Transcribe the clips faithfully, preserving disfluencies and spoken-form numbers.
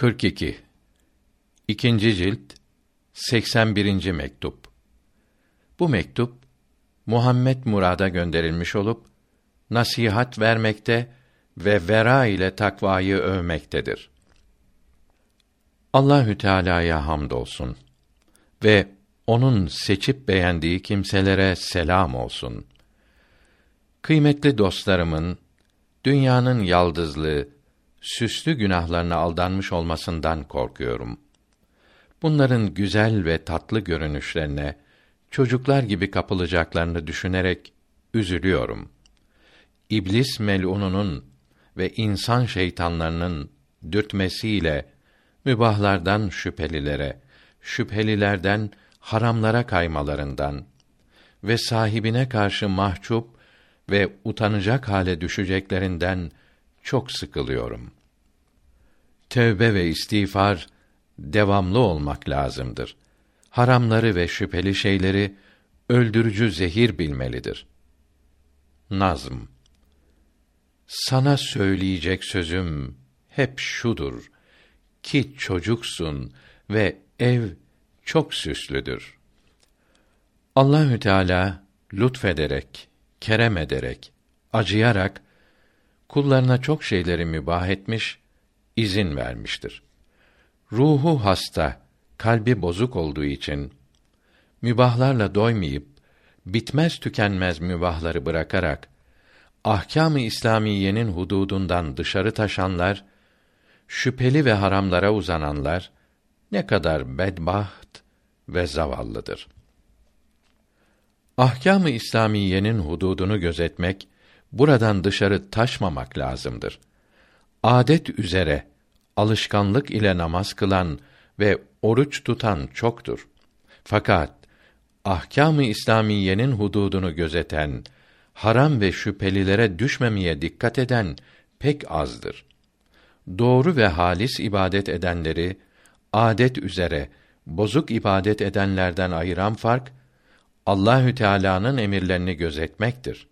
kırk iki. İkinci cilt seksen birinci mektup. Bu mektup Muhammed Murad'a gönderilmiş olup nasihat vermekte ve vera ile takvayı övmektedir. Allahü Teala'ya hamdolsun ve onun seçip beğendiği kimselere selam olsun. Kıymetli dostlarımın dünyanın yaldızlı, süslü günahlarına aldanmış olmasından korkuyorum. Bunların güzel ve tatlı görünüşlerine çocuklar gibi kapılacaklarını düşünerek üzülüyorum. İblis melununun ve insan şeytanlarının dürtmesiyle mübahlardan şüphelilere, şüphelilerden haramlara kaymalarından ve sahibine karşı mahcup ve utanacak hale düşeceklerinden çok sıkılıyorum. Tövbe ve istiğfar devamlı olmak lazımdır. Haramları ve şüpheli şeyleri öldürücü zehir bilmelidir. Nazm. Sana söyleyecek sözüm hep şudur ki çocuksun ve ev çok süslüdür. Allahü Teala lütfederek, kerem ederek, acıyarak kullarına çok şeyleri mübah etmiş, izin vermiştir. Ruhu hasta, kalbi bozuk olduğu için mübahlarla doymayıp bitmez tükenmez mübahları bırakarak ahkâm-ı İslamiyenin hududundan dışarı taşanlar, şüpheli ve haramlara uzananlar ne kadar bedbaht ve zavallıdır. Ahkâm-ı İslamiyenin hududunu gözetmek, buradan dışarı taşmamak lazımdır. Adet üzere alışkanlık ile namaz kılan ve oruç tutan çoktur. Fakat ahkâm-ı İslamiyenin hududunu gözeten, haram ve şüphelilere düşmemeye dikkat eden pek azdır. Doğru ve halis ibadet edenleri adet üzere bozuk ibadet edenlerden ayıran fark Allahü Teala'nın emirlerini gözetmektir.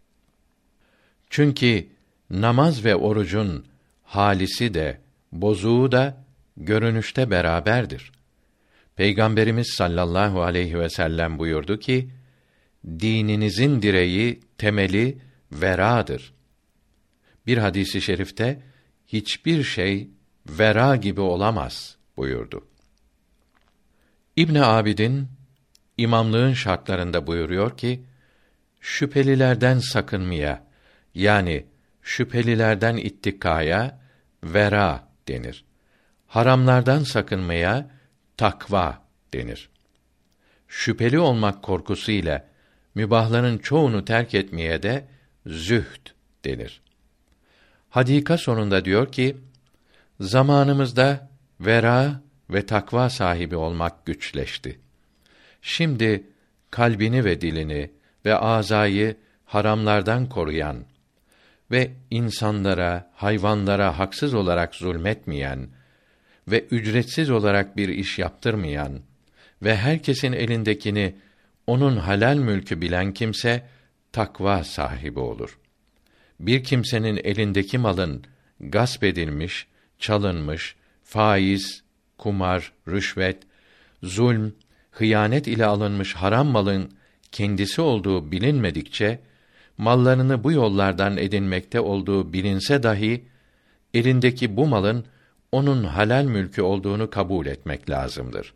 Çünkü namaz ve orucun halisi de bozuğu da görünüşte beraberdir. Peygamberimiz sallallahu aleyhi ve sellem buyurdu ki, dininizin direği, temeli veradır. Bir hadisi şerifte hiçbir şey vera gibi olamaz buyurdu. İbn Abidin İmamlığın şartlarında buyuruyor ki, şüphelilerden sakınmaya, yani şüphelilerden ittikaya vera denir. Haramlardan sakınmaya takva denir. Şüpheli olmak korkusu ile mübahların çoğunu terk etmeye de zühd denir. Hadika sonunda diyor ki, zamanımızda vera ve takva sahibi olmak güçleşti. Şimdi kalbini ve dilini ve azayı haramlardan koruyan ve insanlara, hayvanlara haksız olarak zulmetmeyen ve ücretsiz olarak bir iş yaptırmayan ve herkesin elindekini onun halal mülkü bilen kimse takva sahibi olur. Bir kimsenin elindeki malın gasp edilmiş, çalınmış, faiz, kumar, rüşvet, zulm, hıyanet ile alınmış haram malın kendisi olduğu bilinmedikçe, mallarını bu yollardan edinmekte olduğu bilinse dahi, elindeki bu malın onun halal mülkü olduğunu kabul etmek lazımdır.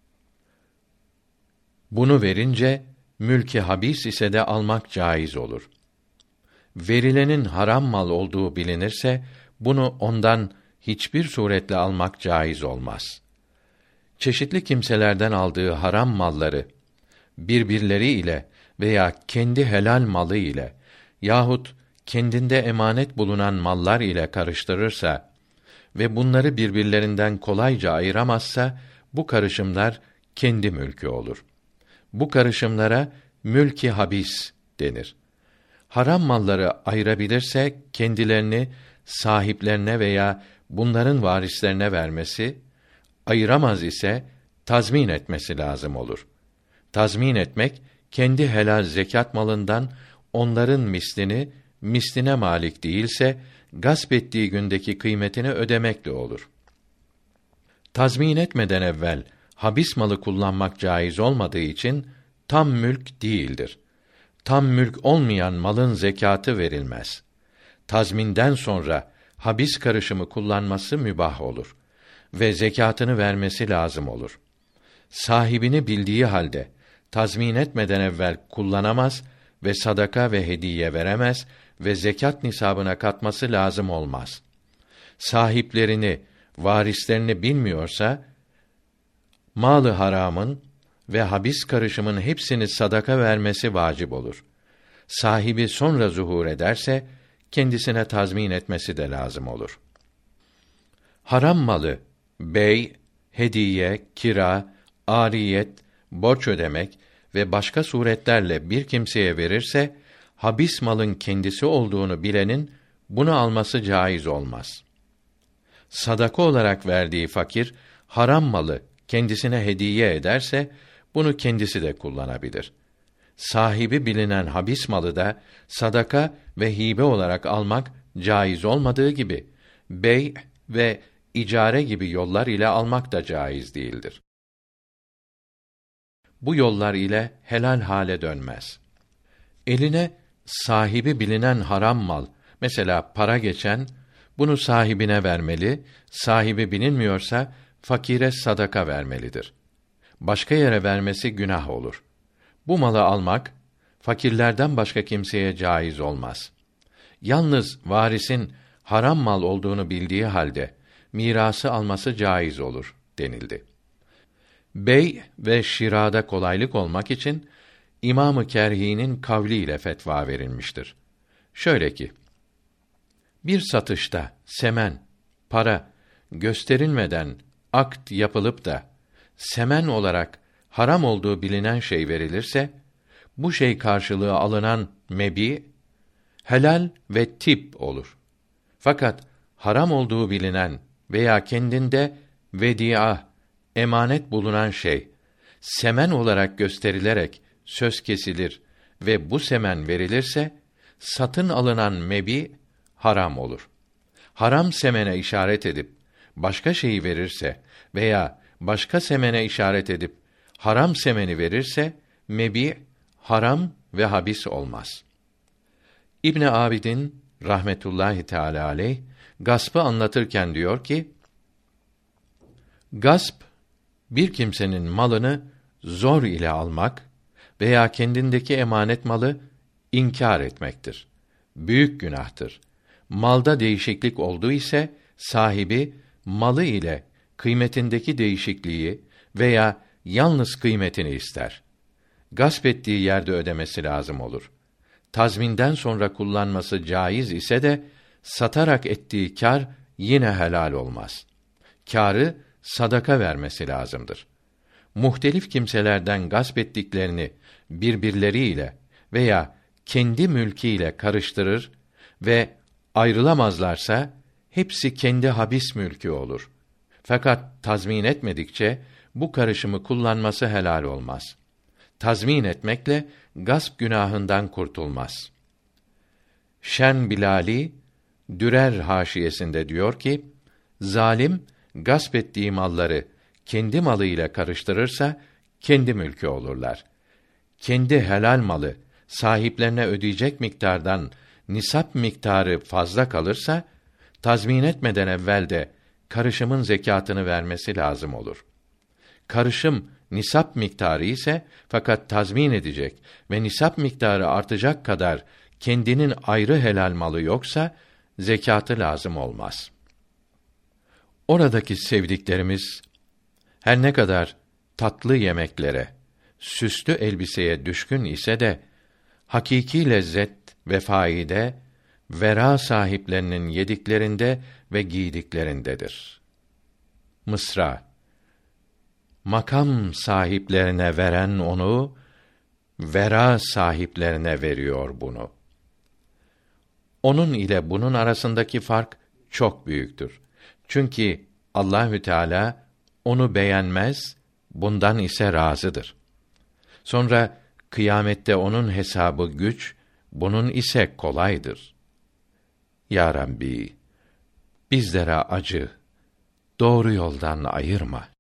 Bunu verince, mülk-i habis ise de almak caiz olur. Verilenin haram mal olduğu bilinirse, bunu ondan hiçbir suretle almak caiz olmaz. Çeşitli kimselerden aldığı haram malları, birbirleri ile veya kendi helal malı ile yahut kendinde emanet bulunan mallar ile karıştırırsa ve bunları birbirlerinden kolayca ayıramazsa, bu karışımlar kendi mülkü olur. Bu karışımlara mülk-i habis denir. Haram malları ayırabilirse, kendilerini sahiplerine veya bunların varislerine vermesi, ayıramaz ise tazmin etmesi lazım olur. Tazmin etmek, kendi helal zekat malından onların mislini, misline malik değilse, gasp ettiği gündeki kıymetini ödemekle olur. Tazmin etmeden evvel habis malı kullanmak caiz olmadığı için tam mülk değildir. Tam mülk olmayan malın zekatı verilmez. Tazminden sonra habis karışımı kullanması mübah olur ve zekatını vermesi lazım olur. Sahibini bildiği halde tazmin etmeden evvel kullanamaz ve sadaka ve hediye veremez ve zekat nisabına katması lazım olmaz. Sahiplerini, varislerini bilmiyorsa, malı haramın ve habis karışımın hepsini sadaka vermesi vacip olur. Sahibi sonra zuhur ederse, kendisine tazmin etmesi de lazım olur. Haram malı, bey, hediye, kira, ariyet, borç ödemek ve başka suretlerle bir kimseye verirse, habis malın kendisi olduğunu bilenin, bunu alması caiz olmaz. Sadaka olarak verdiği fakir, haram malı kendisine hediye ederse, bunu kendisi de kullanabilir. Sahibi bilinen habis malı da, sadaka ve hibe olarak almak caiz olmadığı gibi, bey ve icare gibi yollar ile almak da caiz değildir. Bu yollar ile helal hale dönmez. Eline sahibi bilinen haram mal, mesela para geçen, bunu sahibine vermeli, sahibi bilinmiyorsa fakire sadaka vermelidir. Başka yere vermesi günah olur. Bu malı almak fakirlerden başka kimseye caiz olmaz. Yalnız varisin haram mal olduğunu bildiği halde mirası alması caiz olur denildi. Bey ve şirada kolaylık olmak için İmam-ı Kerhi'nin kavliyle fetva verilmiştir. Şöyle ki: bir satışta semen, para gösterilmeden akt yapılıp da semen olarak haram olduğu bilinen şey verilirse, bu şey karşılığı alınan mebi helal ve tip olur. Fakat haram olduğu bilinen veya kendinde vedia, emanet bulunan şey semen olarak gösterilerek söz kesilir ve bu semen verilirse, satın alınan mebi haram olur. Haram semene işaret edip başka şeyi verirse veya başka semene işaret edip haram semeni verirse, mebi haram ve habis olmaz. İbn Abidin rahmetullahi teala aleyh gaspı anlatırken diyor ki: gasp, bir kimsenin malını zor ile almak veya kendindeki emanet malı inkar etmektir. Büyük günahtır. Malda değişiklik olduğu ise sahibi malı ile kıymetindeki değişikliği veya yalnız kıymetini ister. Gasp ettiği yerde ödemesi lazım olur. Tazminden sonra kullanması caiz ise de satarak ettiği kâr yine helal olmaz. Kârı sadaka vermesi lazımdır. Muhtelif kimselerden gasp ettiklerini birbirleriyle veya kendi mülküyle karıştırır ve ayrılamazlarsa hepsi kendi habis mülkü olur. Fakat tazmin etmedikçe bu karışımı kullanması helal olmaz. Tazmin etmekle gasp günahından kurtulmaz. Şen Bilali Dürer haşiyesinde diyor ki: zalim gasp ettiği malları kendi malıyla karıştırırsa kendi mülkü olurlar. Kendi helal malı sahiplerine ödeyecek miktardan nisap miktarı fazla kalırsa, tazmin etmeden evvel de karışımın zekatını vermesi lazım olur. Karışım nisap miktarı ise, fakat tazmin edecek ve nisap miktarı artacak kadar kendinin ayrı helal malı yoksa, zekatı lazım olmaz. Oradaki sevdiklerimiz her ne kadar tatlı yemeklere, süslü elbiseye düşkün ise de, hakiki lezzet ve faide vera sahiplerinin yediklerinde ve giydiklerindedir. Mısra: makam sahiplerine veren onu, vera sahiplerine veriyor bunu. Onun ile bunun arasındaki fark çok büyüktür. Çünkü Allahü Teala onu beğenmez, bundan ise razıdır. Sonra kıyamette onun hesabı güç, bunun ise kolaydır. Ya Rabbi, bizlere acı, doğru yoldan ayırma.